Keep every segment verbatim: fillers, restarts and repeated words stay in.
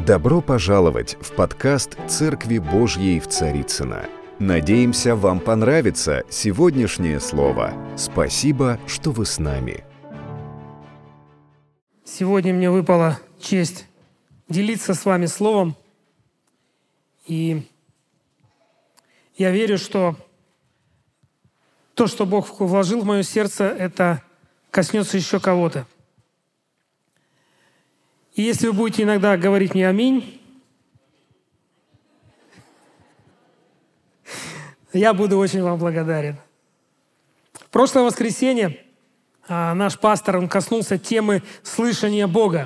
Добро пожаловать в подкаст Церкви Божьей в Царицыно. Надеемся, вам понравится сегодняшнее слово. Спасибо, что вы с нами. Сегодня мне выпала честь делиться с вами словом. И я верю, что то, что Бог вложил в мое сердце, это коснется еще кого-то. И если вы будете иногда говорить мне «Аминь», я буду очень вам благодарен. В прошлое воскресенье а, наш пастор, он коснулся темы слышания Бога.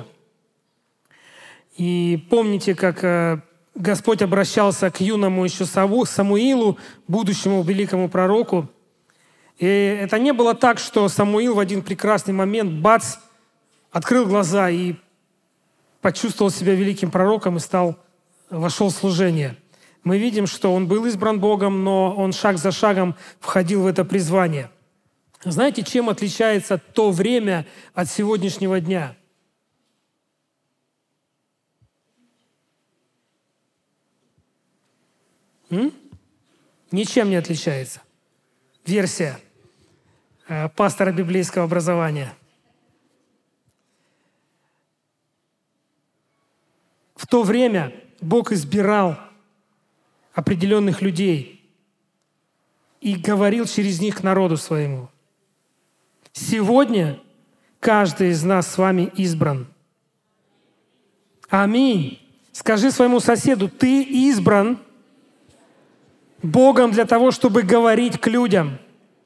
И помните, как а, Господь обращался к юному еще Самуилу, будущему великому пророку. И это не было так, что Самуил в один прекрасный момент, бац, открыл глаза и почувствовал себя великим пророком и стал, вошел в служение. Мы видим, что он был избран Богом, но он шаг за шагом входил в это призвание. Знаете, чем отличается то время от сегодняшнего дня? М? Ничем не отличается. Версия э, пастора библейского образования. В то время Бог избирал определенных людей и говорил через них к народу своему. Сегодня каждый из нас с вами избран. Аминь. Скажи своему соседу: ты избран Богом для того, чтобы говорить к людям.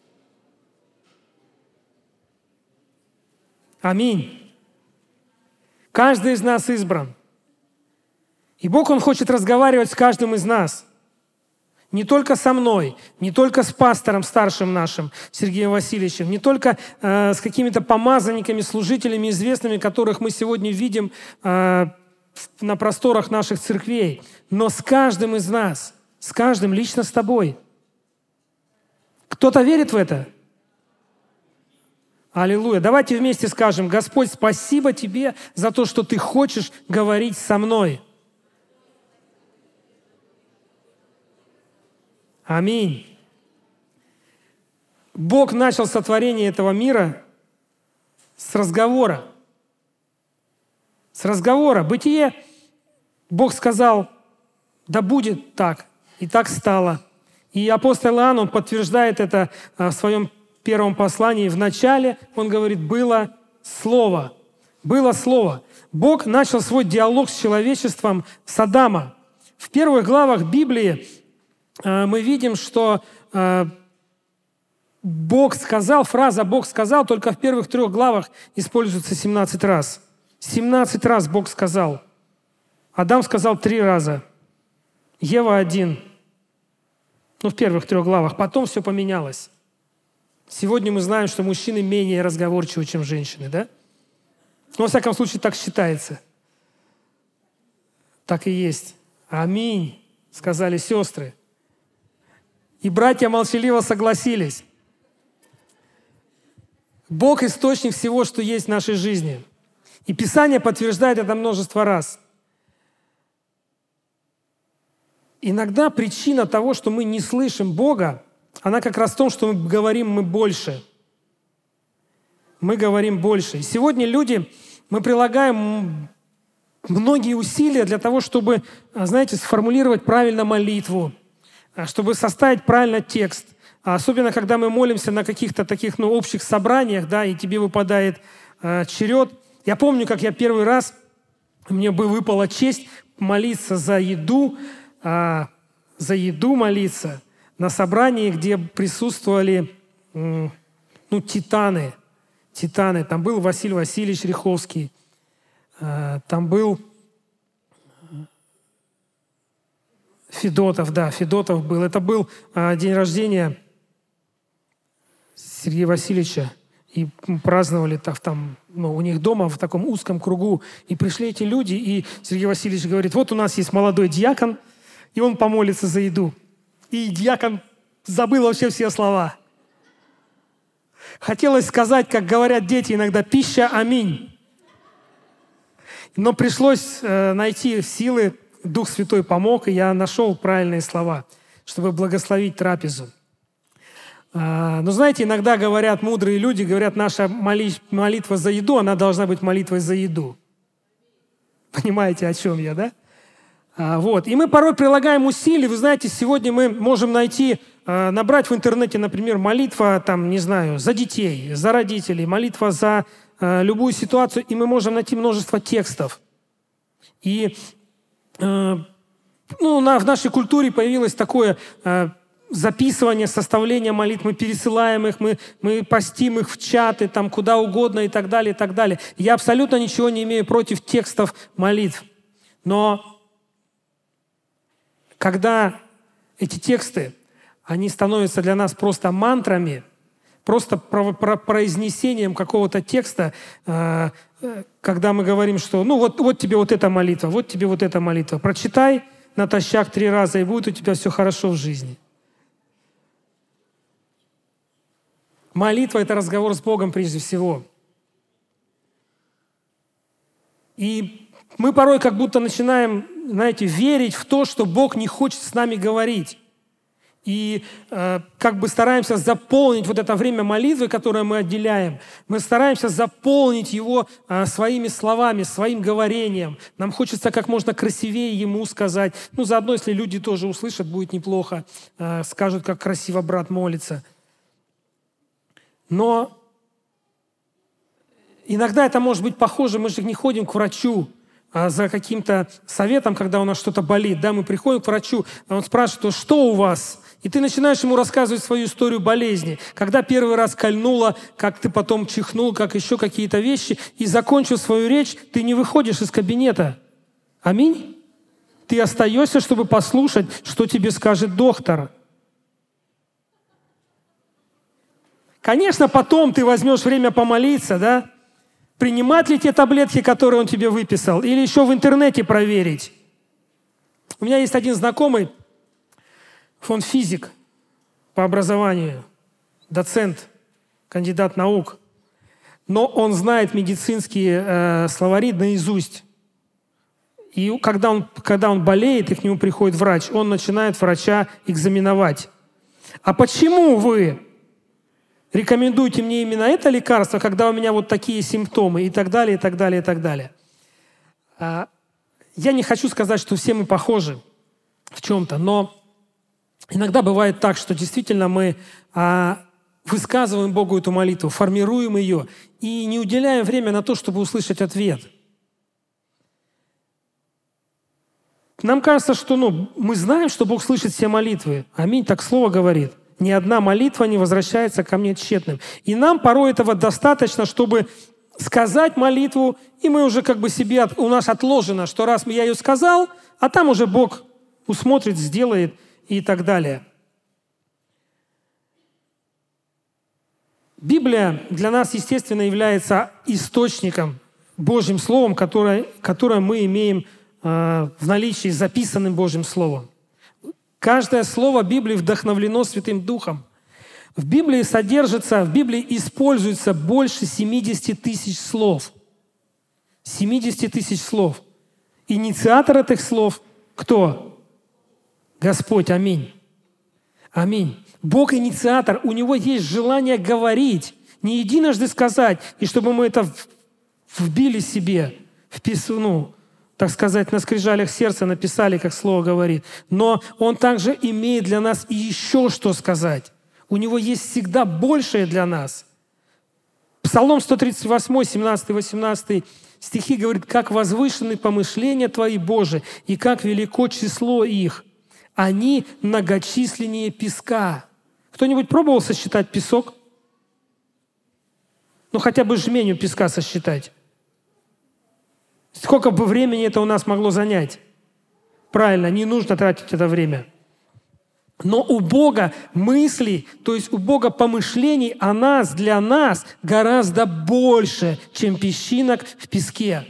Аминь. Каждый из нас избран. И Бог, Он хочет разговаривать с каждым из нас. Не только со мной, не только с пастором старшим нашим, Сергеем Васильевичем, не только э, с какими-то помазанниками, служителями известными, которых мы сегодня видим э, на просторах наших церквей, но с каждым из нас, с каждым лично с тобой. Кто-то верит в это? Аллилуйя. Давайте вместе скажем: Господь, спасибо Тебе за то, что Ты хочешь говорить со мной. Аминь. Бог начал сотворение этого мира с разговора. С разговора. Бытие. Бог сказал: да будет так. И так стало. И апостол Иоанн, он подтверждает это в своем первом послании. В начале, он говорит, было Слово. Было Слово. Бог начал свой диалог с человечеством с Адама. В первых главах Библии мы видим, что Бог сказал, фраза «Бог сказал» только в первых трех главах используется семнадцать раз. семнадцать раз Бог сказал. Адам сказал три раза. Ева один. Ну, в первых трех главах. Потом все поменялось. Сегодня мы знаем, что мужчины менее разговорчивы, чем женщины, да? Но, во всяком случае, так считается. Так и есть. Аминь, сказали сестры. И братья молчаливо согласились. Бог – источник всего, что есть в нашей жизни. И Писание подтверждает это множество раз. Иногда причина того, что мы не слышим Бога, она как раз в том, что мы говорим мы больше. Мы говорим больше. И сегодня люди, мы прилагаем многие усилия для того, чтобы, знаете, сформулировать правильно молитву, чтобы составить правильно текст. Особенно, когда мы молимся на каких-то таких ну, общих собраниях, да, и тебе выпадает э, черед. Я помню, как я первый раз, мне бы выпала честь молиться за еду, э, за еду молиться на собрании, где присутствовали э, ну, титаны. Титаны. Там был Василий Васильевич Риховский, э, там был Федотов, да, Федотов был. Это был а, день рождения Сергея Васильевича. И праздновали так, там, ну, у них дома в таком узком кругу. И пришли эти люди, и Сергей Васильевич говорит: вот у нас есть молодой диакон, и он помолится за еду. И диакон забыл вообще все слова. Хотелось сказать, как говорят дети иногда: пища, аминь. Но пришлось э, найти силы, Дух Святой помог, и я нашел правильные слова, чтобы благословить трапезу. А, но знаете, иногда говорят мудрые люди, говорят, наша моли- молитва за еду, она должна быть молитвой за еду. Понимаете, о чем я, да? А, вот. И мы порой прилагаем усилия. Вы знаете, сегодня мы можем найти, а, набрать в интернете, например, молитва, там, не знаю, за детей, за родителей, молитва за а, любую ситуацию, и мы можем найти множество текстов. И а, ну, на, в нашей культуре появилось такое а, записывание, составление молитв, мы пересылаем их, мы, мы постим их в чаты, там, куда угодно и так далее, и так далее. Я абсолютно ничего не имею против текстов молитв. Но когда эти тексты, они становятся для нас просто мантрами, просто про- про- произнесением какого-то текста, э, э, когда мы говорим, что ну вот, вот тебе вот эта молитва, вот тебе вот эта молитва. Прочитай натощак три раза, и будет у тебя все хорошо в жизни. Молитва — это разговор с Богом прежде всего. И мы порой как будто начинаем, знаете, верить в то, что Бог не хочет с нами говорить. И э, как бы стараемся заполнить вот это время молитвы, которое мы отделяем. Мы стараемся заполнить его э, своими словами, своим говорением. Нам хочется как можно красивее ему сказать. Ну, заодно, если люди тоже услышат, будет неплохо. Э, скажут, как красиво брат молится. Но иногда это может быть похоже, мы же не ходим к врачу а за каким-то советом, когда у нас что-то болит. Да, мы приходим к врачу, а он спрашивает, что у вас? И ты начинаешь ему рассказывать свою историю болезни. Когда первый раз кольнуло, как ты потом чихнул, как еще какие-то вещи. И закончив свою речь, ты не выходишь из кабинета. Аминь? Ты остаешься, чтобы послушать, что тебе скажет доктор. Конечно, потом ты возьмешь время помолиться, да? Принимать ли те таблетки, которые он тебе выписал, или еще в интернете проверить. У меня есть один знакомый, он физик по образованию, доцент, кандидат наук, но он знает медицинские э, словари наизусть. И когда он, когда он болеет, и к нему приходит врач, он начинает врача экзаменовать. А почему вы рекомендуйте мне именно это лекарство, когда у меня вот такие симптомы, и так далее, и так далее, и так далее. Я не хочу сказать, что все мы похожи в чем-то, но иногда бывает так, что действительно мы высказываем Богу эту молитву, формируем ее и не уделяем время на то, чтобы услышать ответ. Нам кажется, что ну, мы знаем, что Бог слышит все молитвы. Аминь, так Слово говорит. Ни одна молитва не возвращается ко мне тщетным. И нам порой этого достаточно, чтобы сказать молитву, и мы уже как бы себе, у нас отложено, что раз я ее сказал, а там уже Бог усмотрит, сделает и так далее. Библия для нас, естественно, является источником, Божьим Словом, которое, которое мы имеем э, в наличии, записанным Божьим Словом. Каждое слово Библии вдохновлено Святым Духом. В Библии содержится, в Библии используется больше семьдесят тысяч слов. семьдесят тысяч слов. Инициатор этих слов кто? Господь. Аминь. Аминь. Бог инициатор. У Него есть желание говорить, не единожды сказать, и чтобы мы это вбили себе в письмо, так сказать, на скрижалях сердца написали, как Слово говорит. Но Он также имеет для нас и еще что сказать. У Него есть всегда большее для нас. Псалом сто тридцать восемь, семнадцатый-восемнадцатый стихи говорит, «Как возвышены помышления Твои, Боже, и как велико число их. Они многочисленнее песка». Кто-нибудь пробовал сосчитать песок? Ну, хотя бы жменю песка сосчитать. Сколько бы времени это у нас могло занять? Правильно, не нужно тратить это время. Но у Бога мыслей, то есть у Бога помышлений о нас, для нас гораздо больше, чем песчинок в песке.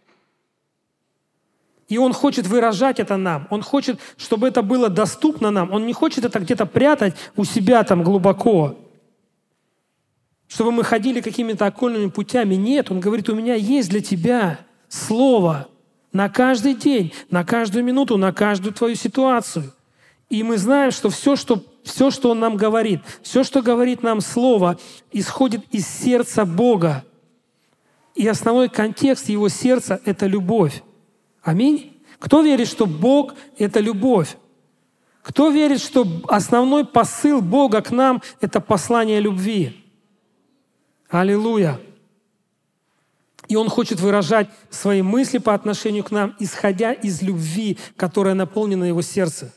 И Он хочет выражать это нам. Он хочет, чтобы это было доступно нам. Он не хочет это где-то прятать у себя там глубоко. Чтобы мы ходили какими-то окольными путями. Нет, Он говорит, у меня есть для тебя Слово на каждый день, на каждую минуту, на каждую твою ситуацию. И мы знаем, что все, что, все, что Он нам говорит, все, что говорит нам Слово, исходит из сердца Бога. И основной контекст Его сердца — это любовь. Аминь? Кто верит, что Бог — это любовь? Кто верит, что основной посыл Бога к нам — это послание любви? Аллилуйя! И Он хочет выражать свои мысли по отношению к нам, исходя из любви, которая наполнена Его сердце.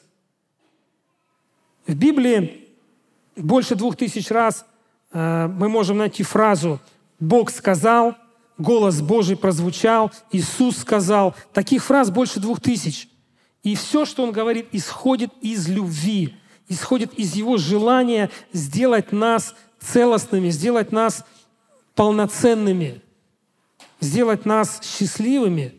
В Библии больше двух тысяч раз э, мы можем найти фразу «Бог сказал», «Голос Божий прозвучал», «Иисус сказал». Таких фраз больше двух тысяч. И все, что Он говорит, исходит из любви, исходит из Его желания сделать нас целостными, сделать нас полноценными, сделать нас счастливыми.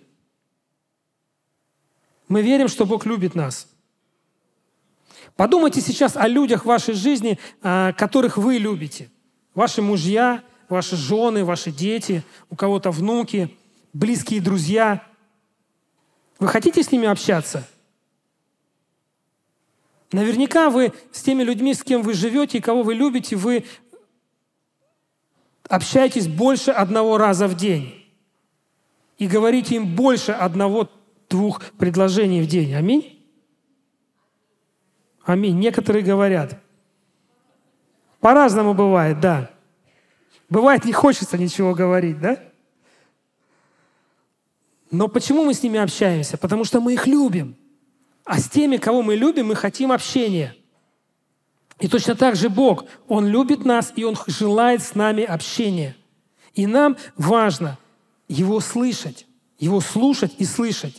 Мы верим, что Бог любит нас. Подумайте сейчас о людях в вашей жизни, которых вы любите. Ваши мужья, ваши жены, ваши дети, у кого-то внуки, близкие друзья. Вы хотите с ними общаться? Наверняка вы с теми людьми, с кем вы живете и кого вы любите, вы общаетесь больше одного раза в день. И говорите им больше одного-двух предложений в день. Аминь? Аминь. Некоторые говорят. По-разному бывает, да. Бывает, не хочется ничего говорить, да? Но почему мы с ними общаемся? Потому что мы их любим. А с теми, кого мы любим, мы хотим общения. И точно так же Бог, Он любит нас, и Он желает с нами общения. И нам важно Его слышать, Его слушать и слышать.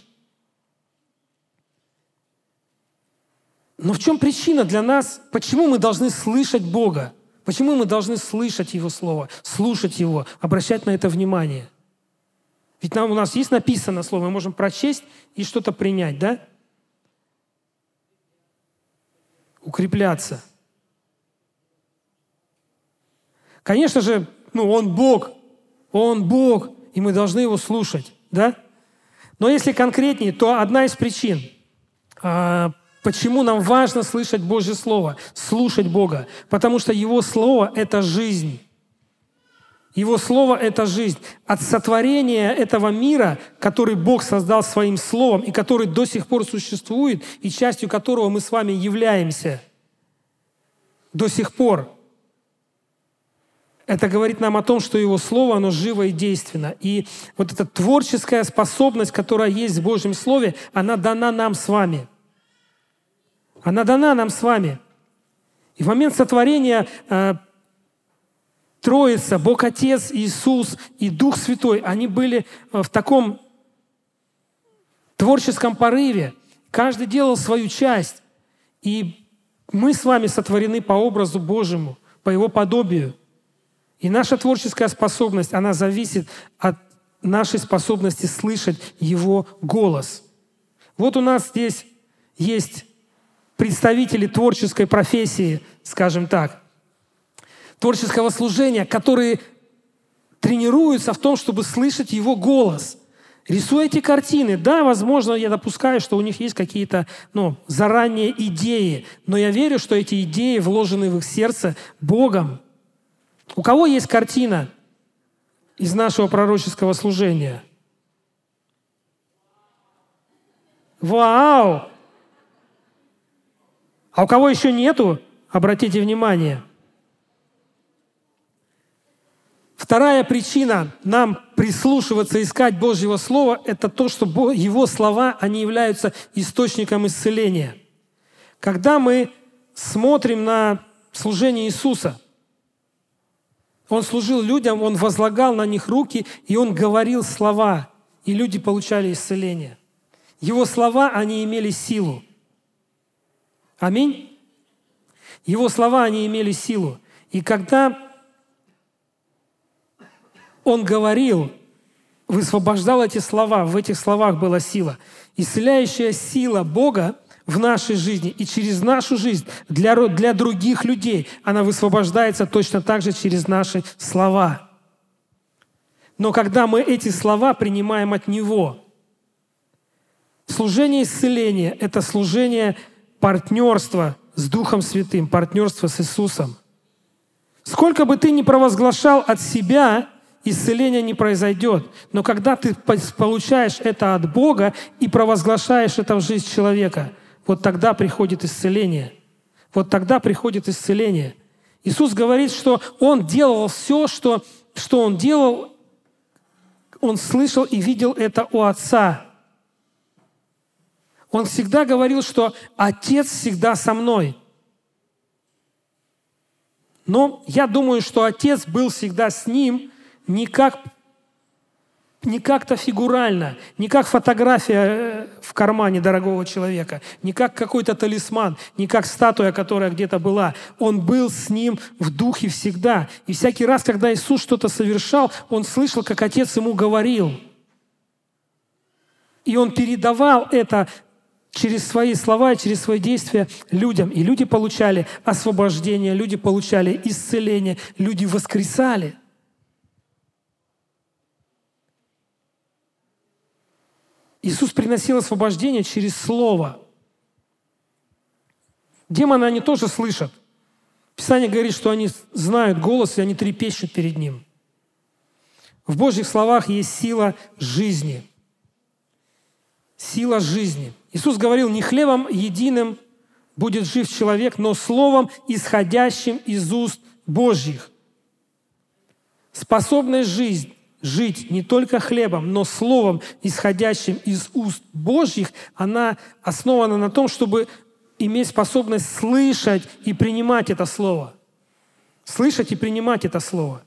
Но в чем причина для нас, почему мы должны слышать Бога? Почему мы должны слышать Его Слово, слушать Его, обращать на это внимание? Ведь нам, у нас есть написано Слово, мы можем прочесть и что-то принять, да? Укрепляться. Конечно же, ну, Он Бог, Он Бог, и мы должны Его слушать, да? Но если конкретнее, то одна из причин, почему нам важно слышать Божье Слово, слушать Бога, потому что Его Слово — это жизнь. Его Слово — это жизнь. От сотворения этого мира, который Бог создал Своим Словом и который до сих пор существует, и частью которого мы с вами являемся до сих пор, это говорит нам о том, что Его Слово, оно живо и действенно. И вот эта творческая способность, которая есть в Божьем Слове, она дана нам с вами. Она дана нам с вами. И в момент сотворения э, Троица, Бог Отец, Иисус и Дух Святой, они были в таком творческом порыве. Каждый делал свою часть. И мы с вами сотворены по образу Божьему, по Его подобию. И наша творческая способность, она зависит от нашей способности слышать Его голос. Вот у нас здесь есть представители творческой профессии, скажем так, творческого служения, которые тренируются в том, чтобы слышать Его голос. Рисуя эти картины, да, возможно, я допускаю, что у них есть какие-то ну, заранее идеи, но я верю, что эти идеи вложены в их сердце Богом. У кого есть картина из нашего пророческого служения? Вау! А у кого еще нету, обратите внимание. Вторая причина нам прислушиваться, искать Божьего Слова, это то, что Его слова, они являются источником исцеления. Когда мы смотрим на служение Иисуса, Он служил людям, Он возлагал на них руки, и Он говорил слова, и люди получали исцеление. Его слова, они имели силу. Аминь? Его слова, они имели силу. И когда Он говорил, высвобождал эти слова, в этих словах была сила. Исцеляющая сила Бога в нашей жизни и через нашу жизнь для, для других людей, она высвобождается точно так же через наши слова. но когда мы эти слова принимаем от Него. Служение исцеления – это служение партнерства с Духом Святым, партнерство с Иисусом. Сколько бы ты ни провозглашал от себя, исцеление не произойдет. Но когда ты получаешь это от Бога и провозглашаешь это в жизнь человека, вот тогда приходит исцеление. Вот тогда приходит исцеление. Иисус говорит, что Он делал все, что, что Он делал, Он слышал и видел это у Отца. Он всегда говорил, что Отец всегда со мной. Но я думаю, что Отец был всегда с Ним не как, не как-то фигурально, не как фотография в кармане дорогого человека, не как какой-то талисман, не как статуя, которая где-то была. Он был с Ним в духе всегда. И всякий раз, когда Иисус что-то совершал, Он слышал, как Отец Ему говорил. И Он передавал это через свои слова и через свои действия людям. И люди получали освобождение, люди получали исцеление, люди воскресали. Иисус приносил освобождение через Слово. Демоны, они тоже слышат. Писание говорит, что они знают голос, и они трепещут перед Ним. В Божьих словах есть сила жизни. Сила жизни. Иисус говорил, не хлебом единым будет жив человек, но словом, исходящим из уст Божьих. Способность жизнь, жить не только хлебом, но словом, исходящим из уст Божьих, она основана на том, чтобы иметь способность слышать и принимать это слово. Слышать и принимать это слово.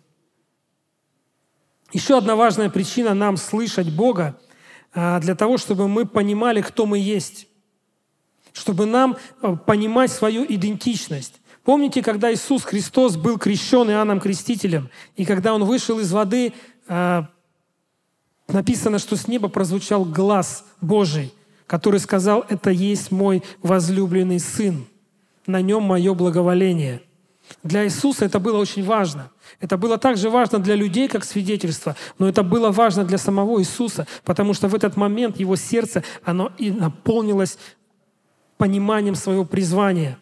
Еще одна важная причина нам слышать Бога для того, чтобы мы понимали, кто мы есть, чтобы нам понимать свою идентичность. Помните, когда Иисус Христос был крещен Иоанном Крестителем, и когда Он вышел из воды, написано, что с неба прозвучал глас Божий, который сказал: «Это есть мой возлюбленный Сын, на Нем мое благоволение». Для Иисуса это было очень важно. Это было также важно для людей, как свидетельство, но это было важно для самого Иисуса, потому что в этот момент Его сердце, оно и наполнилось пониманием своего призвания.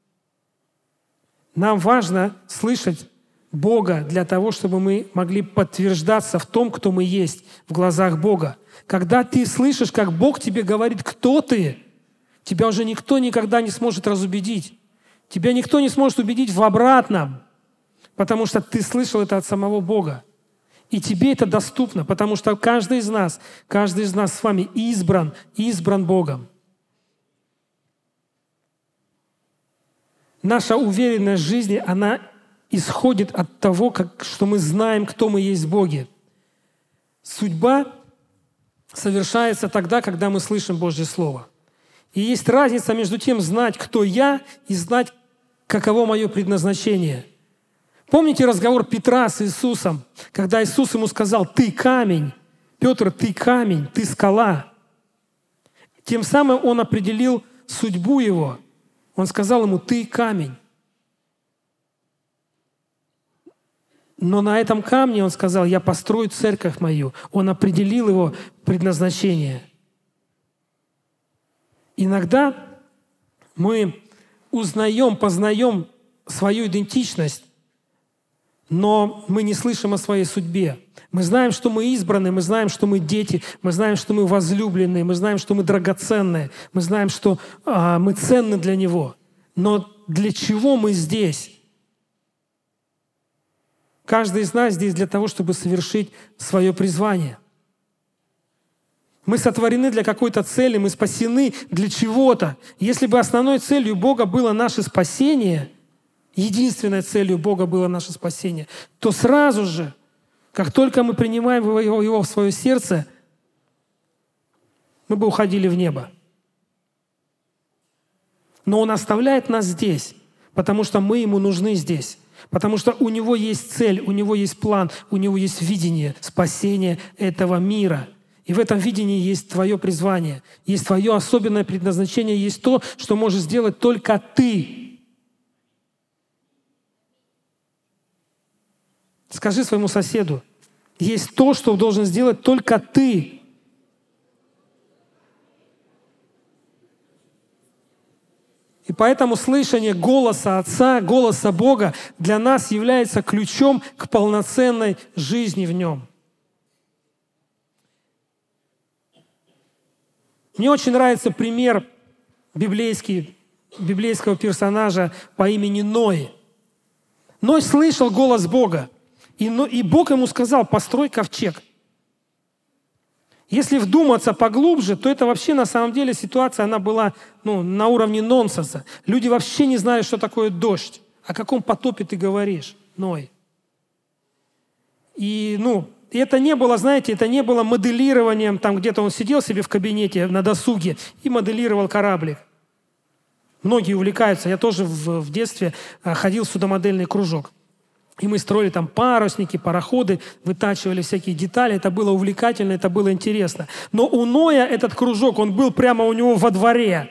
Нам важно слышать Бога для того, чтобы мы могли подтверждаться в том, кто мы есть в глазах Бога. Когда ты слышишь, как Бог тебе говорит, кто ты, тебя уже никто никогда не сможет разубедить. Тебя никто не сможет убедить в обратном, потому что ты слышал это от самого Бога. И тебе это доступно, потому что каждый из нас, каждый из нас с вами избран, избран Богом. Наша уверенность в жизни, она исходит от того, как, что мы знаем, кто мы есть в Боге. Судьба совершается тогда, когда мы слышим Божье Слово. И есть разница между тем, знать, кто я, и знать, каково мое предназначение. Помните разговор Петра с Иисусом, когда Иисус ему сказал: «Ты камень, Петр, ты камень, ты скала». Тем самым он определил судьбу его. Он сказал ему: «Ты камень». Но на этом камне он сказал: «Я построю церковь мою». Он определил его предназначение. Иногда мы узнаем, познаем свою идентичность, но мы не слышим о своей судьбе. Мы знаем, что мы избраны, мы знаем, что мы дети, мы знаем, что мы возлюбленные, мы знаем, что мы драгоценные, мы знаем, что а, мы ценны для Него. Но для чего мы здесь? Каждый из нас здесь для того, чтобы совершить свое призвание. Мы сотворены для какой-то цели, мы спасены для чего-то. Если бы основной целью Бога было наше спасение, единственной целью Бога было наше спасение, то сразу же, как только мы принимаем его, его в свое сердце, мы бы уходили в небо. Но Он оставляет нас здесь, потому что мы Ему нужны здесь. Потому что у Него есть цель, у Него есть план, у Него есть видение спасения этого мира. И в этом видении есть твое призвание, есть твое особенное предназначение, есть то, что можешь сделать только ты. Скажи своему соседу: есть то, что должен сделать только ты. И поэтому слышание голоса Отца, голоса Бога для нас является ключом к полноценной жизни в Нем. Мне очень нравится пример библейский, библейского персонажа по имени Ной. Ной слышал голос Бога, и, и Бог ему сказал: построй ковчег. Если вдуматься поглубже, то это вообще на самом деле ситуация, она была ну, на уровне нонсенса. Люди вообще не знают, что такое дождь. О каком потопе ты говоришь, Ной? И ну, это не было, знаете, это не было моделированием, там где-то он сидел себе в кабинете на досуге и моделировал кораблик. Многие увлекаются. Я тоже в, в детстве ходил в судомодельный кружок. И мы строили там парусники, пароходы, вытачивали всякие детали. Это было увлекательно, это было интересно. Но у Ноя этот кружок, он был прямо у него во дворе.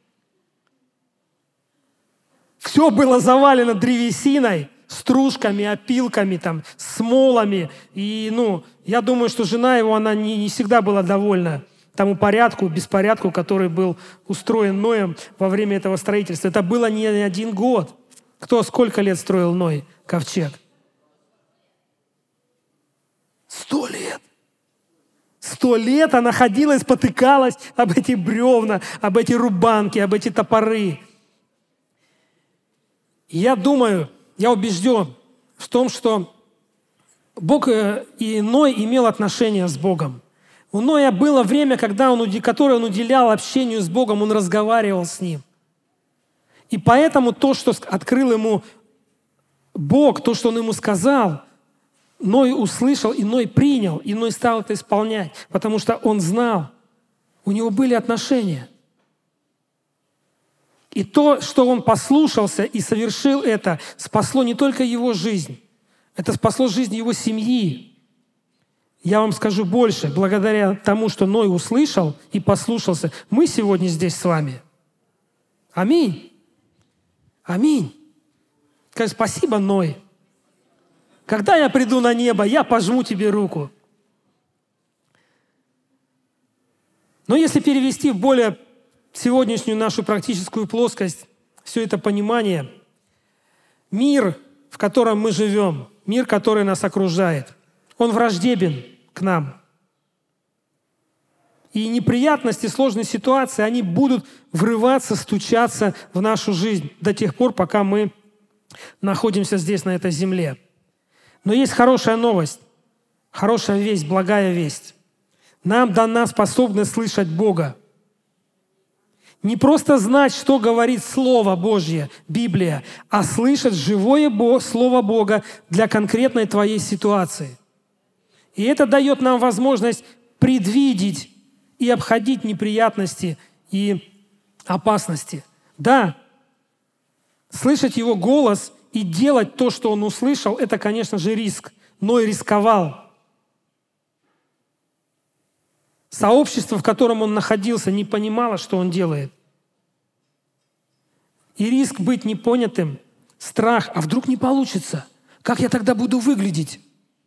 Все было завалено древесиной, стружками, опилками, там, смолами. И, ну, я думаю, что жена его, она не, не всегда была довольна тому порядку, беспорядку, который был устроен Ноем во время этого строительства. Это было не один год. Кто сколько лет строил Ной ковчег? Сто лет. Сто лет она ходила и спотыкалась об эти бревна, об эти рубанки, об эти топоры. Я думаю, я убежден в том, что Бог и Ной имел отношения с Богом. У Ноя было время, когда он, которое он уделял общению с Богом, он разговаривал с Ним. И поэтому то, что открыл ему Бог, то, что он ему сказал, Ной услышал, и Ной принял, и Ной стал это исполнять, потому что он знал, у него были отношения. И то, что он послушался и совершил это, спасло не только его жизнь, это спасло жизнь его семьи. Я вам скажу больше, благодаря тому, что Ной услышал и послушался, мы сегодня здесь с вами. Аминь. Аминь. Скажи: спасибо, Ной. Когда я приду на небо, я пожму тебе руку. Но если перевести в более сегодняшнюю нашу практическую плоскость все это понимание, мир, в котором мы живем, мир, который нас окружает, он враждебен к нам. И неприятности, сложные ситуации, они будут врываться, стучаться в нашу жизнь до тех пор, пока мы находимся здесь, на этой земле. Но есть хорошая новость, хорошая весть, благая весть. Нам дана способность слышать Бога. Не просто знать, что говорит Слово Божье, Библия, а слышать живое Слово Бога для конкретной твоей ситуации. И это дает нам возможность предвидеть и обходить неприятности и опасности. Да, слышать Его голос и делать то, что Он услышал, это, конечно же, риск. Ной рисковал. Сообщество, в котором он находился, не понимало, что он делает. И риск быть непонятым, страх, а вдруг не получится? Как я тогда буду выглядеть?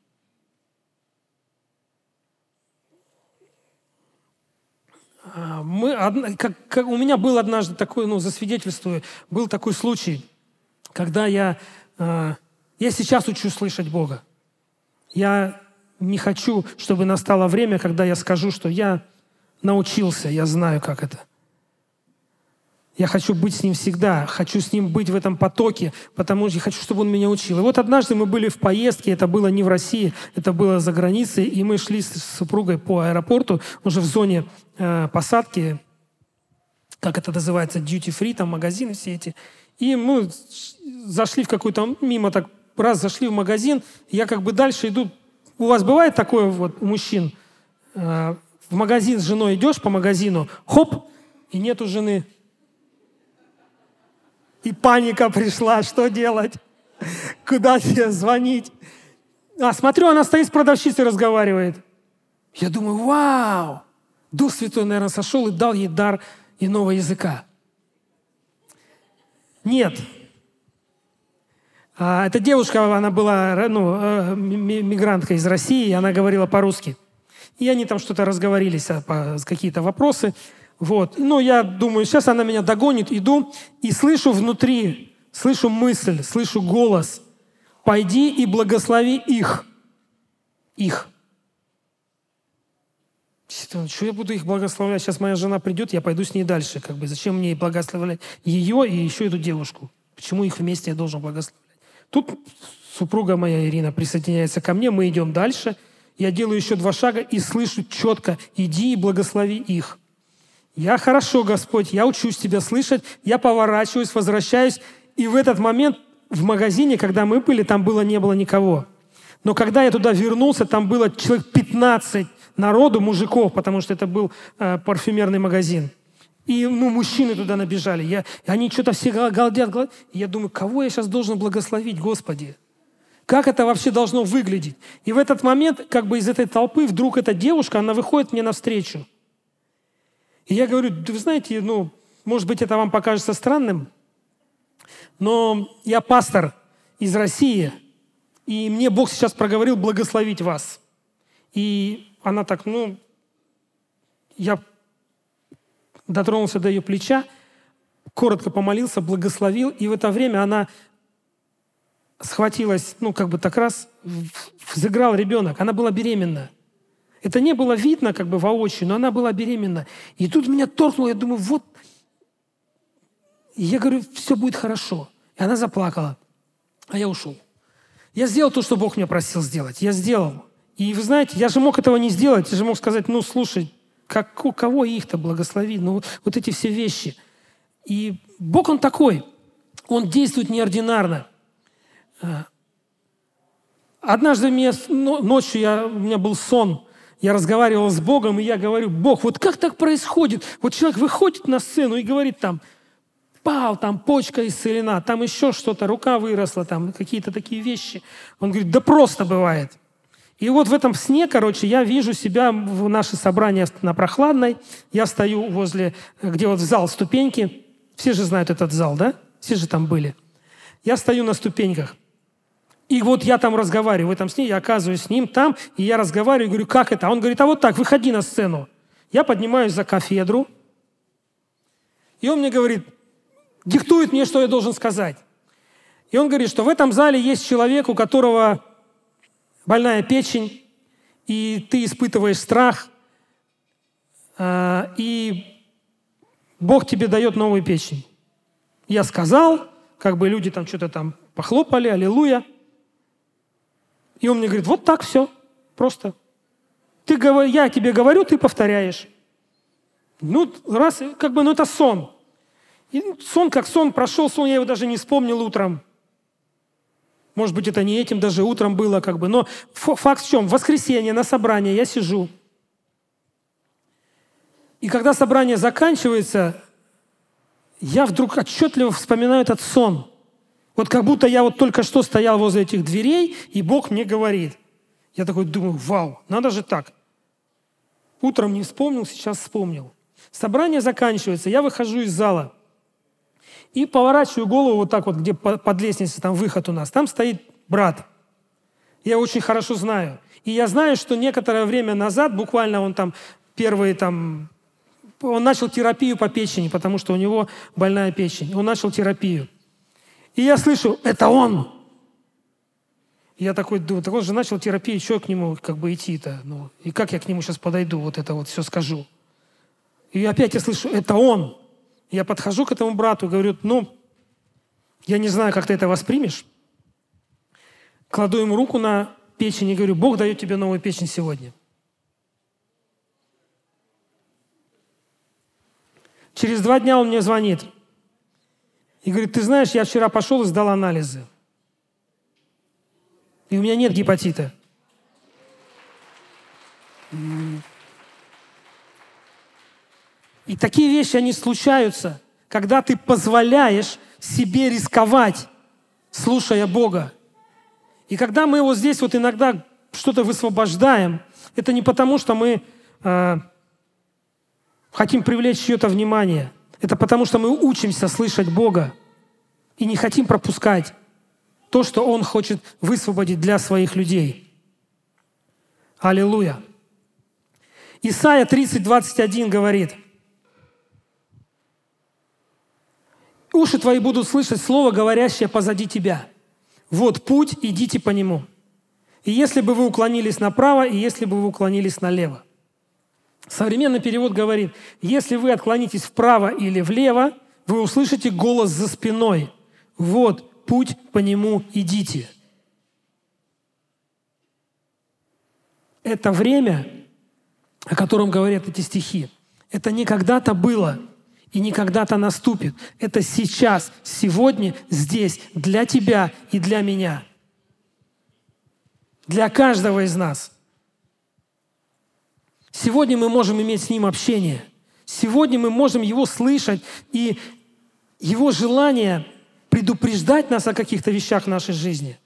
Мы, как, как, у меня был однажды такой, ну, засвидетельствую, был такой случай, когда я, э, я сейчас учу слышать Бога. Я не хочу, чтобы настало время, когда я скажу, что я научился, я знаю, как это. Я хочу быть с Ним всегда, хочу с Ним быть в этом потоке, потому что я хочу, чтобы Он меня учил. И вот однажды мы были в поездке, это было не в России, это было за границей, и мы шли с супругой по аэропорту, уже в зоне э, посадки, как это называется, duty-free, там магазины все эти. И мы зашли в какой-то, мимо так, раз зашли в магазин, я как бы дальше иду. У вас бывает такое вот у мужчин? Э, в магазин с женой идешь по магазину, хоп, и нету жены. И паника пришла, что делать? Куда тебе звонить? А смотрю, она стоит с продавщицей, разговаривает. Я думаю, вау! Дух Святой, наверное, сошел и дал ей дар иного языка. Нет. А, эта девушка, она была ну, э, мигрантка из России, и она говорила по-русски. И они там что-то разговорились, а, по, какие-то вопросы. Вот. Ну, я думаю, сейчас она меня догонит, иду, и слышу внутри, слышу мысль, слышу голос. «Пойди и благослови их». Их. Что я буду их благословлять? Сейчас моя жена придет, я пойду с ней дальше. Как бы, зачем мне благословлять ее и еще эту девушку? Почему их вместе я должен благословлять? Тут супруга моя Ирина присоединяется ко мне, мы идем дальше. Я делаю еще два шага и слышу четко: «Иди и благослови их». Я: «Хорошо, Господь, я учусь Тебя слышать». Я поворачиваюсь, возвращаюсь. И в этот момент в магазине, когда мы были, там было, не было никого. Но когда я туда вернулся, там было человек пятнадцать народу, мужиков, потому что это был э, парфюмерный магазин. И ну, мужчины туда набежали. Я, и они что-то все галдят, галдят. И я думаю, кого я сейчас должен благословить, Господи? Как это вообще должно выглядеть? И в этот момент, как бы из этой толпы, вдруг эта девушка, она выходит мне навстречу. И я говорю: да вы знаете, ну, может быть, это вам покажется странным, но я пастор из России, и мне Бог сейчас проговорил благословить вас. И она так, ну, я дотронулся до ее плеча, коротко помолился, благословил, и в это время она схватилась, ну, как бы так раз, взыграл ребенок. Она была беременна. Это не было видно, как бы, воочию, но она была беременна. И тут меня торкнуло, я думаю, вот. И я говорю, все будет хорошо. И она заплакала, а я ушел. Я сделал то, что Бог меня просил сделать. Я сделал. И вы знаете, я же мог этого не сделать. Я же мог сказать, ну, слушай, как, у кого их-то благослови? Ну, вот, вот эти все вещи. И Бог, Он такой. Он действует неординарно. Однажды мне, ночью я, у меня был сон. Я разговаривал с Богом, и я говорю: Бог, вот как так происходит? Вот человек выходит на сцену и говорит там: пал, там почка исцелена, там еще что-то, рука выросла, там какие-то такие вещи. Он говорит: да просто бывает. И вот в этом сне, короче, я вижу себя в наше собрание на Прохладной. Я стою возле, где вот зал, ступеньки. Все же знают этот зал, да? Все же там были. Я стою на ступеньках. И вот я там разговариваю в этом сне, я оказываюсь с ним там, и я разговариваю, и говорю: как это? А он говорит: а вот так, выходи на сцену. Я поднимаюсь за кафедру, и он мне говорит, диктует мне, что я должен сказать. И он говорит, что в этом зале есть человек, у которого больная печень, и ты испытываешь страх, и Бог тебе дает новую печень. Я сказал, как бы люди там что-то там похлопали, аллилуйя. И он мне говорит: вот так все, просто. Ты, я тебе говорю, ты повторяешь. Ну, раз, как бы, ну это сон. И сон как сон, прошел сон, я его даже не вспомнил утром. Может быть, это не этим даже утром было, как бы. Но факт в чем? В воскресенье на собрании я сижу. И когда собрание заканчивается, я вдруг отчетливо вспоминаю этот сон. Вот как будто я вот только что стоял возле этих дверей, и Бог мне говорит. Я такой думаю: вау, надо же так. Утром не вспомнил, сейчас вспомнил. Собрание заканчивается, я выхожу из зала и поворачиваю голову вот так вот, где под лестницей, там выход у нас. Там стоит брат. Я очень хорошо знаю. И я знаю, что некоторое время назад, буквально он там первые там... Он начал терапию по печени, потому что у него больная печень. Он начал терапию. И я слышу: это он! И я такой думаю, так он же начал терапию, что к нему как бы идти-то? Ну, и как я к нему сейчас подойду, вот это вот все скажу? И опять я слышу: это он! Я подхожу к этому брату и говорю: ну, я не знаю, как ты это воспримешь. Кладу ему руку на печень и говорю: Бог дает тебе новую печень сегодня. Через два дня он мне звонит и говорит: ты знаешь, я вчера пошел и сдал анализы. И у меня нет гепатита. И такие вещи, они случаются, когда ты позволяешь себе рисковать, слушая Бога. И когда мы вот здесь вот иногда что-то высвобождаем, это не потому, что мы э, хотим привлечь чье-то внимание. Это потому, что мы учимся слышать Бога и не хотим пропускать. то, что Он хочет высвободить для своих людей. Аллилуйя. Исайя тридцать, двадцать один говорит: «Уши твои будут слышать слово, говорящее позади тебя. Вот путь, идите по нему. И если бы вы уклонились направо, и если бы вы уклонились налево». Современный перевод говорит: если вы отклонитесь вправо или влево, вы услышите голос за спиной. Вот путь, по нему идите. Это время, о котором говорят эти стихи, это не когда-то было и не когда-то наступит. Это сейчас, сегодня, здесь, для тебя и для меня. Для каждого из нас. Сегодня мы можем иметь с Ним общение. Сегодня мы можем Его слышать, и Его желание предупреждать нас о каких-то вещах в нашей жизни.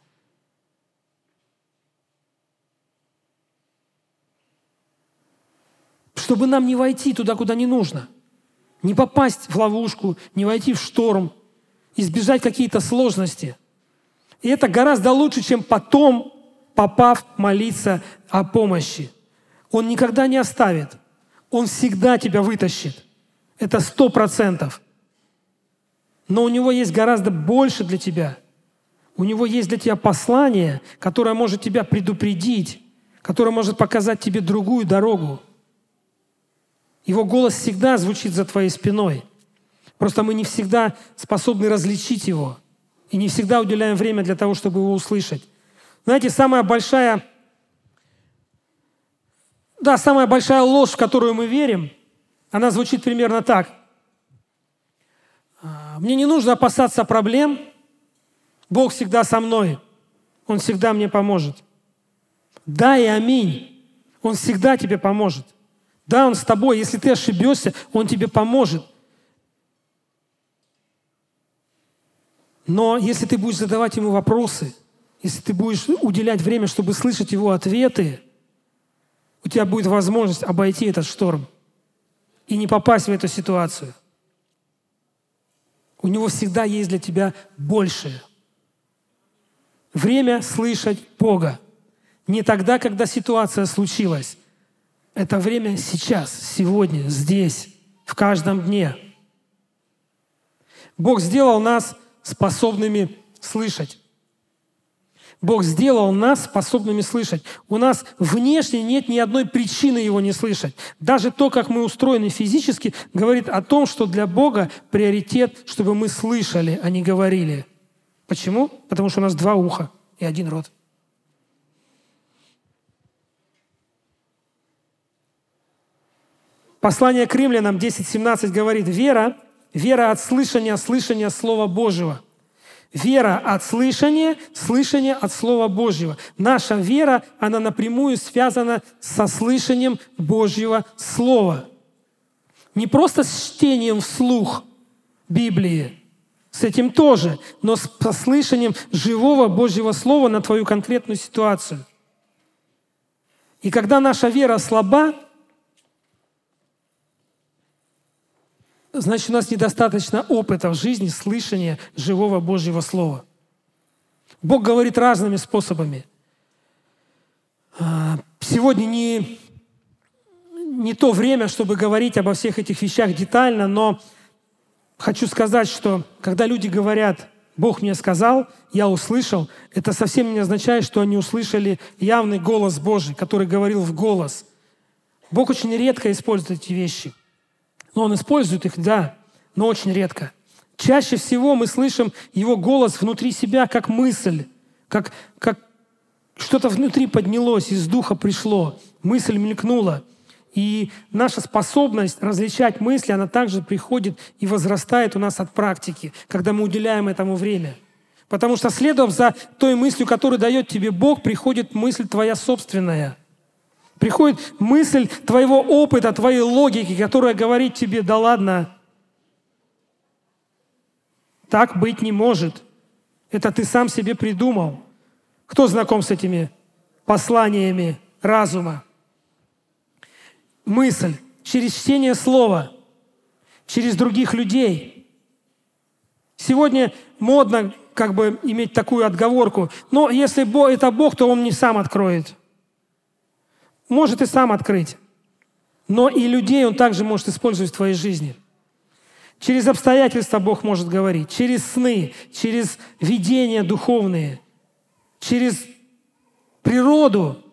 Чтобы нам не войти туда, куда не нужно. Не попасть в ловушку, не войти в шторм, избежать какие-то сложности. И это гораздо лучше, чем потом, попав, молиться о помощи. Он никогда не оставит. Он всегда тебя вытащит. Это сто процентов. Но у Него есть гораздо больше для тебя. У Него есть для тебя послание, которое может тебя предупредить, которое может показать тебе другую дорогу. Его голос всегда звучит за твоей спиной. Просто мы не всегда способны различить Его. И не всегда уделяем время для того, чтобы Его услышать. Знаете, самая большая... Да, самая большая ложь, в которую мы верим, она звучит примерно так. Мне не нужно опасаться проблем. Бог всегда со мной. Он всегда мне поможет. Да и аминь. Он всегда тебе поможет. Да, Он с тобой. Если ты ошибешься, Он тебе поможет. Но если ты будешь задавать Ему вопросы, если ты будешь уделять время, чтобы слышать Его ответы, у тебя будет возможность обойти этот шторм и не попасть в эту ситуацию. У Него всегда есть для тебя большее. Время слышать Бога. Не тогда, когда ситуация случилась. Это время сейчас, сегодня, здесь, в каждом дне. Бог сделал нас способными слышать. Бог сделал нас способными слышать. У нас внешне нет ни одной причины Его не слышать. Даже то, как мы устроены физически, говорит о том, что для Бога приоритет, чтобы мы слышали, а не говорили. Почему? Потому что у нас два уха и один рот. Послание к Римлянам десять семнадцать говорит: «Вера, вера от слышания, слышания Слова Божьего». Вера от слышания, слышания от Слова Божьего. Наша вера, она напрямую связана со слышанием Божьего Слова. Не просто с чтением вслух Библии, с этим тоже, но с слышанием живого Божьего Слова на твою конкретную ситуацию. И когда наша вера слаба, значит, у нас недостаточно опыта в жизни слышания живого Божьего Слова. Бог говорит разными способами. Сегодня не, не то время, чтобы говорить обо всех этих вещах детально, но хочу сказать, что когда люди говорят: «Бог мне сказал, я услышал», это совсем не означает, что они услышали явный голос Божий, который говорил в голос. Бог очень редко использует эти вещи. Но Он использует их, да, но очень редко. Чаще всего мы слышим Его голос внутри себя как мысль, как, как что-то внутри поднялось, из духа пришло, мысль мелькнула. И наша способность различать мысли, она также приходит и возрастает у нас от практики, когда мы уделяем этому время. Потому что, следуя за той мыслью, которую дает тебе Бог, приходит мысль твоя собственная. Приходит мысль твоего опыта, твоей логики, которая говорит тебе: да ладно, так быть не может. Это ты сам себе придумал. Кто знаком с этими посланиями разума? Мысль через чтение слова, через других людей. Сегодня модно как бы иметь такую отговорку. Но если Бог, это Бог, то Он не сам откроет. Может и сам открыть. Но и людей Он также может использовать в твоей жизни. Через обстоятельства Бог может говорить, через сны, через видения духовные, через природу,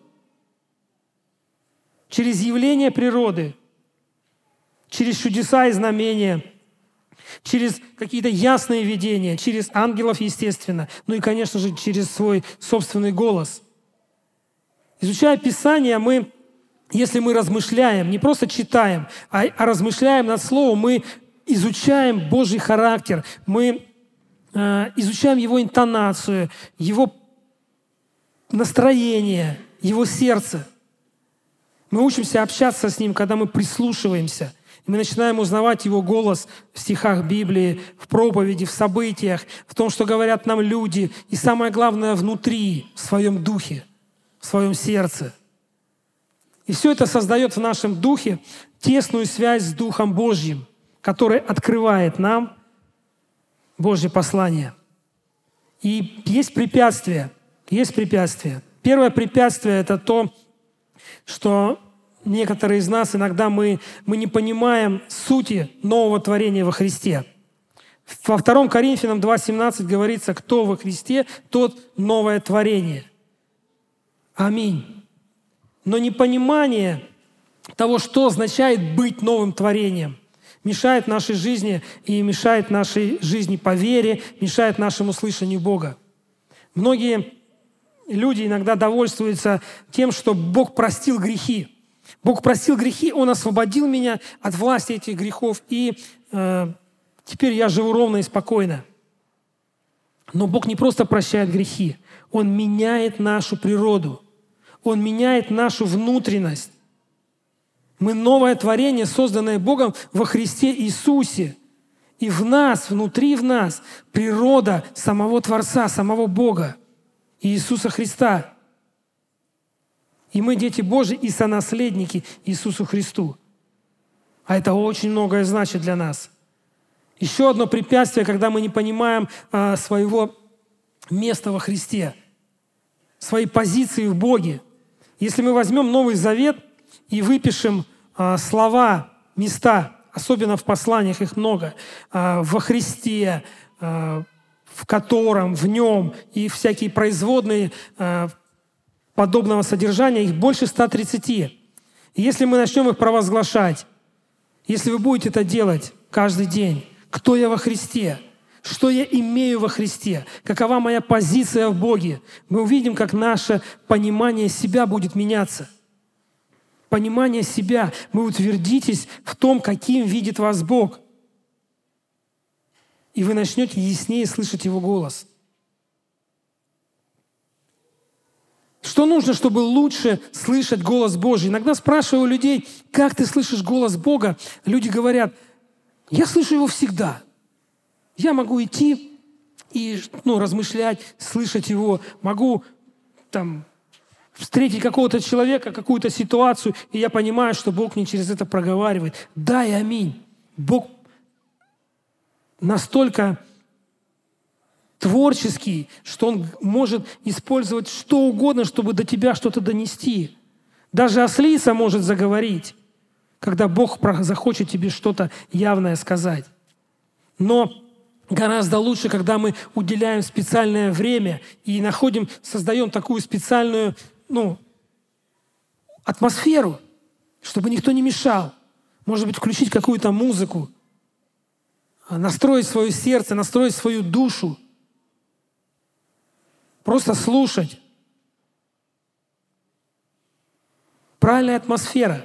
через явление природы, через чудеса и знамения, через какие-то ясные видения, через ангелов, естественно, ну и, конечно же, через свой собственный голос. Изучая Писание, мы, если мы размышляем, не просто читаем, а, а размышляем над Словом, мы изучаем Божий характер, мы э, изучаем Его интонацию, Его настроение, Его сердце. Мы учимся общаться с Ним, когда мы прислушиваемся. И мы начинаем узнавать Его голос в стихах Библии, в проповеди, в событиях, в том, что говорят нам люди. И самое главное, внутри, в своем духе, в своем сердце. И все это создает в нашем духе тесную связь с Духом Божьим, который открывает нам Божье послание. И есть препятствия. Есть препятствия. Первое препятствие — это то, что некоторые из нас иногда мы, мы не понимаем сути нового творения во Христе. Во втором Коринфянам два семнадцать говорится: «Кто во Христе, тот новое творение». Аминь. Но непонимание того, что означает быть новым творением, мешает нашей жизни и мешает нашей жизни по вере, мешает нашему слышанию Бога. Многие люди иногда довольствуются тем, что Бог простил грехи. Бог простил грехи, Он освободил меня от власти этих грехов, и э, теперь я живу ровно и спокойно. Но Бог не просто прощает грехи, Он меняет нашу природу, Он меняет нашу внутренность. Мы новое творение, созданное Богом во Христе Иисусе. И в нас, внутри в нас, природа самого Творца, самого Бога, Иисуса Христа. И мы дети Божьи и сонаследники Иисусу Христу. А это очень многое значит для нас. Еще одно препятствие, когда мы не понимаем а, своего места во Христе, своей позиции в Боге. Если мы возьмем Новый Завет и выпишем а, слова, места, особенно в посланиях их много, а, во Христе, а, в котором, в нем, и всякие производные а, подобного содержания, их больше ста тридцати. И если мы начнем их провозглашать, если вы будете это делать каждый день, кто я во Христе, что я имею во Христе, какова моя позиция в Боге, мы увидим, как наше понимание себя будет меняться. Понимание себя. Вы утвердитесь в том, каким видит вас Бог. И вы начнете яснее слышать Его голос. Что нужно, чтобы лучше слышать голос Божий? Иногда спрашиваю людей: как ты слышишь голос Бога? Люди говорят: я слышу Его всегда. Я могу идти и ну, размышлять, слышать Его. Могу там, встретить какого-то человека, какую-то ситуацию, и я понимаю, что Бог мне через это проговаривает. Да и аминь. Бог настолько творческий, что Он может использовать что угодно, чтобы до тебя что-то донести. Даже ослица может заговорить, когда Бог захочет тебе что-то явное сказать. Но гораздо лучше, когда мы уделяем специальное время и находим, создаем такую специальную ну, атмосферу, чтобы никто не мешал. Может быть, включить какую-то музыку, настроить свое сердце, настроить свою душу. Просто слушать. Правильная атмосфера.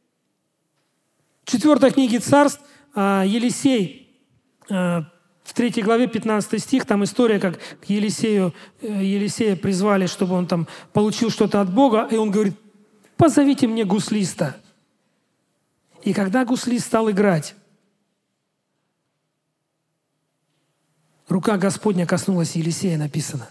В четвертой книге Царств Елисей, в третьей главе, пятнадцатый стих, там история, как к Елисею, Елисея призвали, чтобы он там получил что-то от Бога, и он говорит: позовите мне гуслиста. И когда гуслист стал играть, рука Господня коснулась Елисея, написано.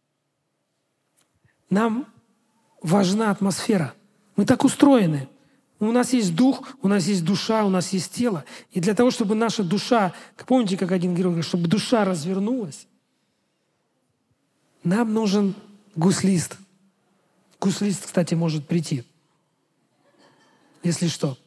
Нам важна атмосфера. Мы так устроены. У нас есть дух, у нас есть душа, у нас есть тело. И для того, чтобы наша душа, помните, как один герой говорит, чтобы душа развернулась, нам нужен гуслист. Гуслист, кстати, может прийти, если что.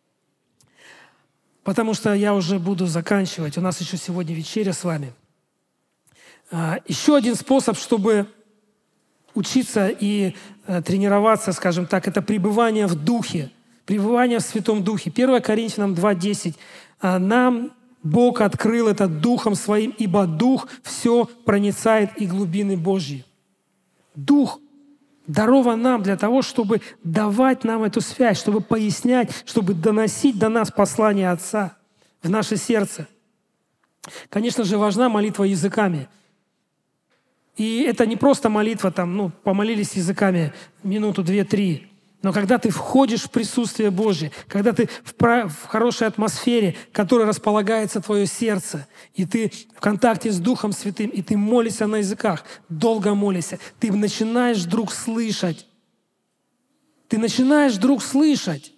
Потому что я уже буду заканчивать. У нас еще сегодня вечеря с вами. Еще один способ, чтобы учиться и тренироваться, скажем так, это пребывание в Духе, пребывание в Святом Духе. первое Коринфянам два десять. Нам Бог открыл это Духом Своим, ибо Дух все проницает и глубины Божьи. Дух дарован нам для того, чтобы давать нам эту связь, чтобы пояснять, чтобы доносить до нас послание Отца в наше сердце. Конечно же, важна молитва языками. И это не просто молитва, там, ну, помолились языками минуту, две, три. Но когда ты входишь в присутствие Божье, когда ты в, в хорошей атмосфере, в которой располагается твое сердце, и ты в контакте с Духом Святым, и ты молишься на языках, долго молишься, ты начинаешь вдруг слышать. Ты начинаешь вдруг слышать.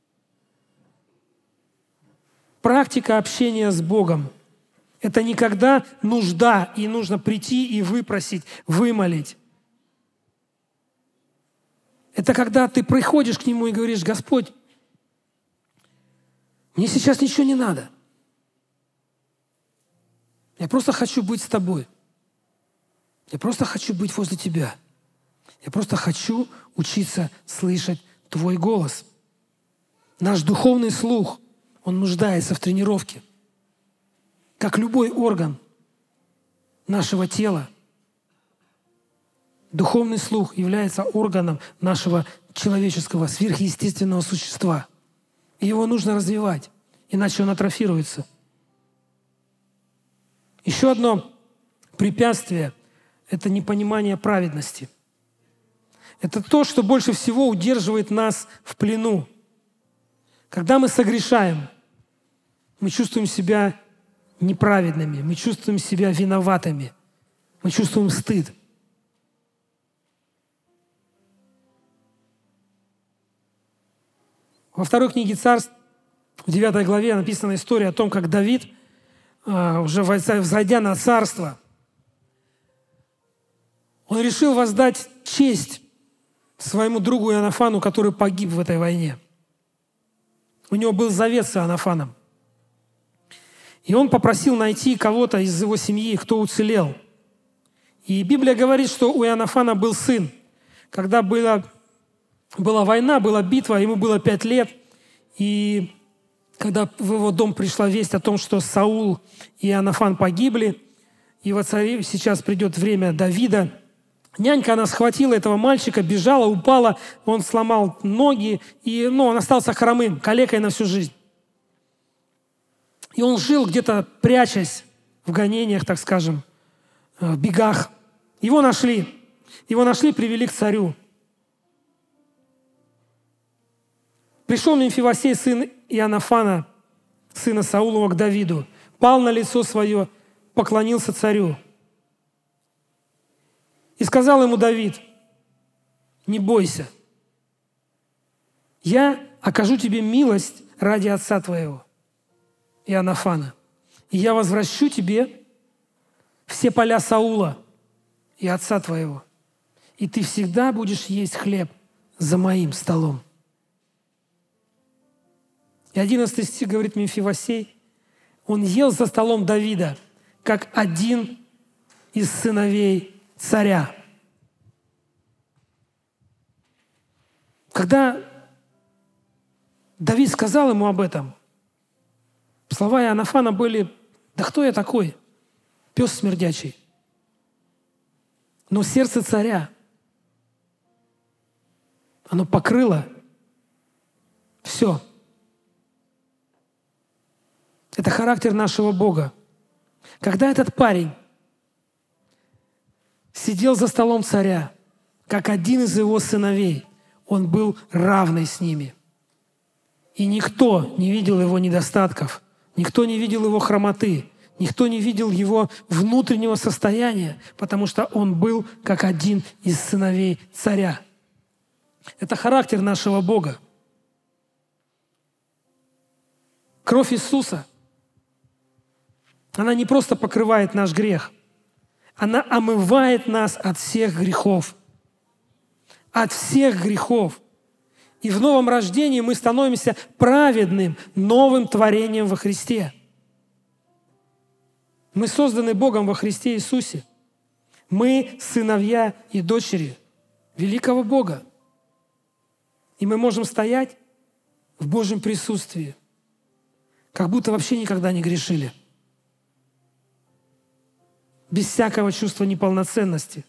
Практика общения с Богом — это не когда нужда, и нужно прийти и выпросить, вымолить. Это когда ты приходишь к Нему и говоришь: Господь, мне сейчас ничего не надо. Я просто хочу быть с Тобой. Я просто хочу быть возле Тебя. Я просто хочу учиться слышать Твой голос. Наш духовный слух, он нуждается в тренировке. Как любой орган нашего тела, духовный слух является органом нашего человеческого, сверхъестественного существа. И его нужно развивать, иначе он атрофируется. Еще одно препятствие — это непонимание праведности. Это то, что больше всего удерживает нас в плену. Когда мы согрешаем, мы чувствуем себя неправедными, мы чувствуем себя виноватыми, мы чувствуем стыд. Во второй книге Царств, в девятой главе, написана история о том, как Давид, уже взойдя на царство, он решил воздать честь своему другу Иоаннафану, который погиб в этой войне. У него был завет с Иоаннафаном. И он попросил найти кого-то из его семьи, кто уцелел. И Библия говорит, что у Иоаннафана был сын. Когда была, была война, была битва, ему было пять лет. И когда в его дом пришла весть о том, что Саул и Иоаннафан погибли, и воцарив, сейчас придет время Давида, нянька, она схватила этого мальчика, бежала, упала, он сломал ноги, и ну, он остался хромым, калекой на всю жизнь. И он жил где-то, прячась в гонениях, так скажем, в бегах. Его нашли. Его нашли, привели к царю. Пришел Мемфивосей, сын Иоаннафана, сына Саулова, к Давиду, пал на лицо свое, поклонился царю. И сказал ему Давид: не бойся, я окажу тебе милость ради отца твоего, Иоаннафана, и я возвращу тебе все поля Саула и отца твоего, и ты всегда будешь есть хлеб за моим столом. И одиннадцатый стих говорит: Мемфивосей, он ел за столом Давида, как один из сыновей царя. Когда Давид сказал ему об этом, слова Иоаннафана были: да кто я такой? Пес смердячий. Но сердце царя, оно покрыло все. Это характер нашего Бога. Когда этот парень сидел за столом царя, как один из его сыновей, он был равный с ними. И никто не видел его недостатков, никто не видел его хромоты, никто не видел его внутреннего состояния, потому что он был как один из сыновей царя. Это характер нашего Бога. Кровь Иисуса, она не просто покрывает наш грех, она омывает нас от всех грехов. От всех грехов. И в новом рождении мы становимся праведным, новым творением во Христе. Мы созданы Богом во Христе Иисусе. Мы сыновья и дочери великого Бога. И мы можем стоять в Божьем присутствии, как будто вообще никогда не грешили. Без всякого чувства неполноценности,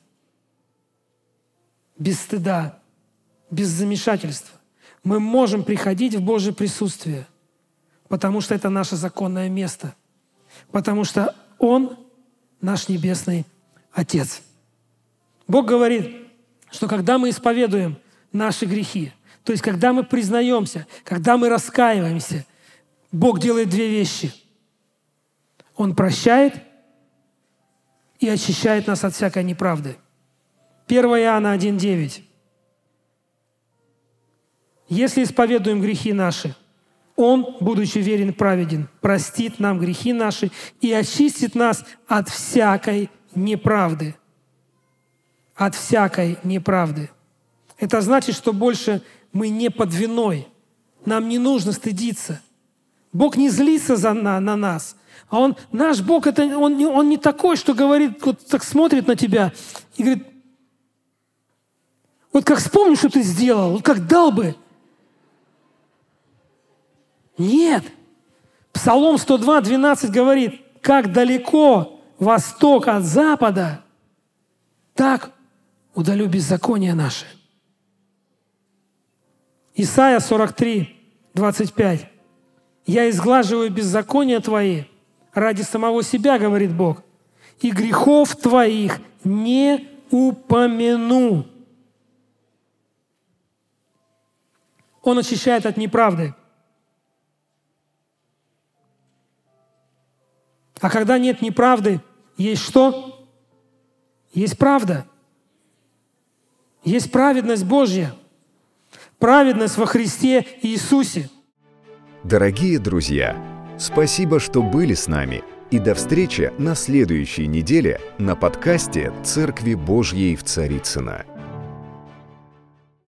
без стыда, без замешательства. Мы можем приходить в Божье присутствие, потому что это наше законное место, потому что Он наш Небесный Отец. Бог говорит, что когда мы исповедуем наши грехи, то есть когда мы признаемся, когда мы раскаиваемся, Бог делает две вещи. Он прощает и очищает нас от всякой неправды. первое Иоанна один девять. Если исповедуем грехи наши, Он, будучи верен и праведен, простит нам грехи наши и очистит нас от всякой неправды. От всякой неправды. Это значит, что больше мы не под виной. Нам не нужно стыдиться. Бог не злится за, на, на нас. А он, наш Бог, это, он, не, он не такой, что говорит, вот так смотрит на тебя и говорит, вот как вспомни, что ты сделал, вот как дал бы. Нет. Псалом сто два, двенадцать говорит, как далеко восток от запада, так удалю беззаконие наше. Исайя сорок три, двадцать пять. Я изглаживаю беззакония твои ради самого себя, говорит Бог, и грехов твоих не упомяну. Он очищает от неправды. А когда нет неправды, есть что? Есть правда. Есть праведность Божья. Праведность во Христе Иисусе. Дорогие друзья, спасибо, что были с нами. И до встречи на следующей неделе на подкасте «Церкви Божьей в Царицыно».